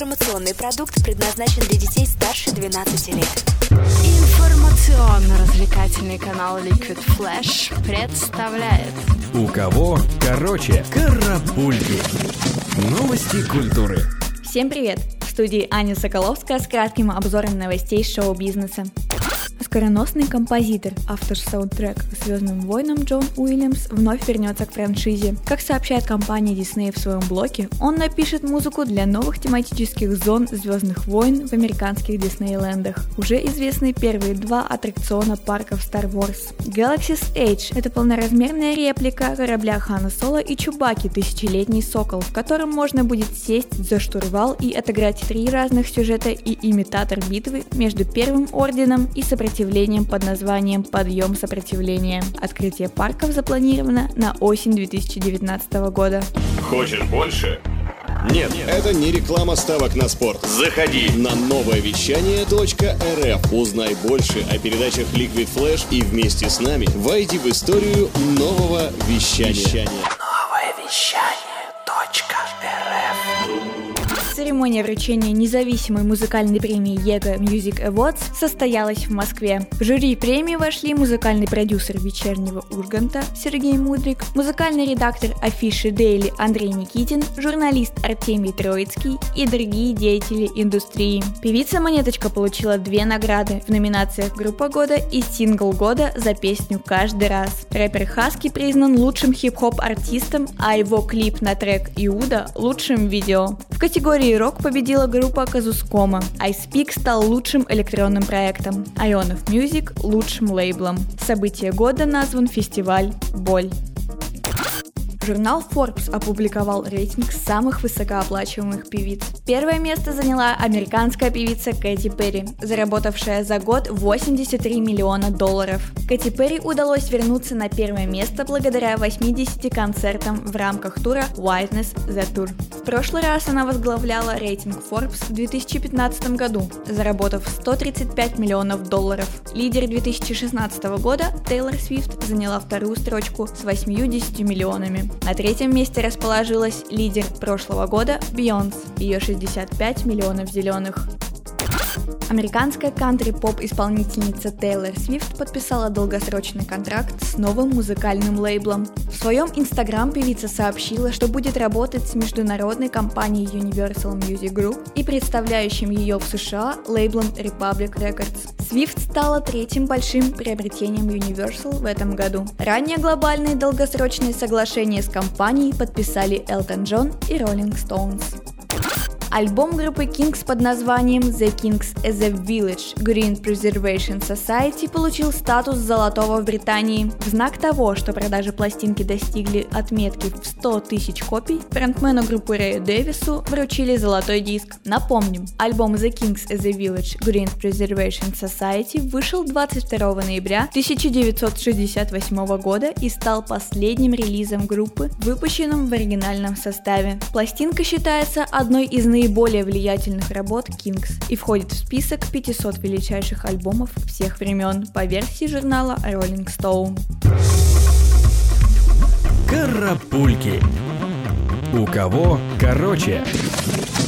Информационный продукт предназначен для детей старше 12 лет. Информационно-развлекательный канал Liquid Flash представляет «У кого короче?» Карапульки. Новости культуры. Всем привет! В студии Аня Соколовская с кратким обзором новостей шоу-бизнеса. Скороносный композитор, автор саундтрека к «Звездным войнам» Джон Уильямс вновь вернется к франшизе. Как сообщает компания Disney в своем блоге, он напишет музыку для новых тематических зон «Звездных войн» в американских Диснейлендах. Уже известны первые два аттракциона парков Star Wars. Galaxy's Edge – это полноразмерная реплика корабля Хана Соло и Чубаки «Тысячелетний сокол», в котором можно будет сесть за штурвал и отыграть 3 разных сюжета и имитатор битвы между Первым Орденом и сопротивлением под названием «Подъем сопротивления». Открытие парков запланировано на осень 2019 года. Хочешь больше? Нет, это не реклама ставок на спорт. Заходи на нововещание.рф. Узнай больше о передачах Liquid Flash и вместе с нами войди в историю нового вещания. Церемония вручения независимой музыкальной премии EGA Music Awards состоялась в Москве. В жюри премии вошли музыкальный продюсер «Вечернего Урганта» Сергей Мудрик, музыкальный редактор афиши Daily Андрей Никитин, журналист Артемий Троицкий и другие деятели индустрии. Певица Монеточка получила 2 награды в номинациях «Группа года» и «Сингл года» за песню «Каждый раз». Рэпер Хаски признан лучшим хип-хоп артистом, а его клип на трек «Иуда» лучшим видео. В категории рок победила группа Казускома. Ice Peak стал лучшим электронным проектом. Ion of Music – лучшим лейблом. Событие года назван фестиваль «Боль». Журнал Forbes опубликовал рейтинг самых высокооплачиваемых певиц. Первое место заняла американская певица Кэти Перри, заработавшая за год $83 миллиона. Кэти Перри удалось вернуться на первое место благодаря 80 концертам в рамках тура Witness the Tour. В прошлый раз она возглавляла рейтинг Forbes в 2015 году, заработав $135 миллионов. Лидер 2016 года Тейлор Свифт заняла вторую строчку с 80 миллионами. На третьем месте расположилась лидер прошлого года Бейонсе, ее 65 миллионов зеленых. Американская кантри-поп-исполнительница Тейлор Свифт подписала долгосрочный контракт с новым музыкальным лейблом. В своем инстаграм певица сообщила, что будет работать с международной компанией Universal Music Group и представляющим ее в США лейблом Republic Records. Свифт стала 3-м большим приобретением Universal в этом году. Ранее глобальные долгосрочные соглашения с компанией подписали Элтон Джон и Rolling Stones. Альбом группы Kings под названием The Kings as a Village Green Preservation Society получил статус золотого в Британии. В знак того, что продажи пластинки достигли отметки в 100 тысяч копий, фронтмену группы Рэю Дэвису вручили золотой диск. Напомним, альбом The Kings as a Village Green Preservation Society вышел 22 ноября 1968 года и стал последним релизом группы, выпущенным в оригинальном составе. Пластинка считается одной из наиболее влиятельных работ Kings и входит в список 500 величайших альбомов всех времен по версии журнала Rolling Stone. Карапульки. У кого короче?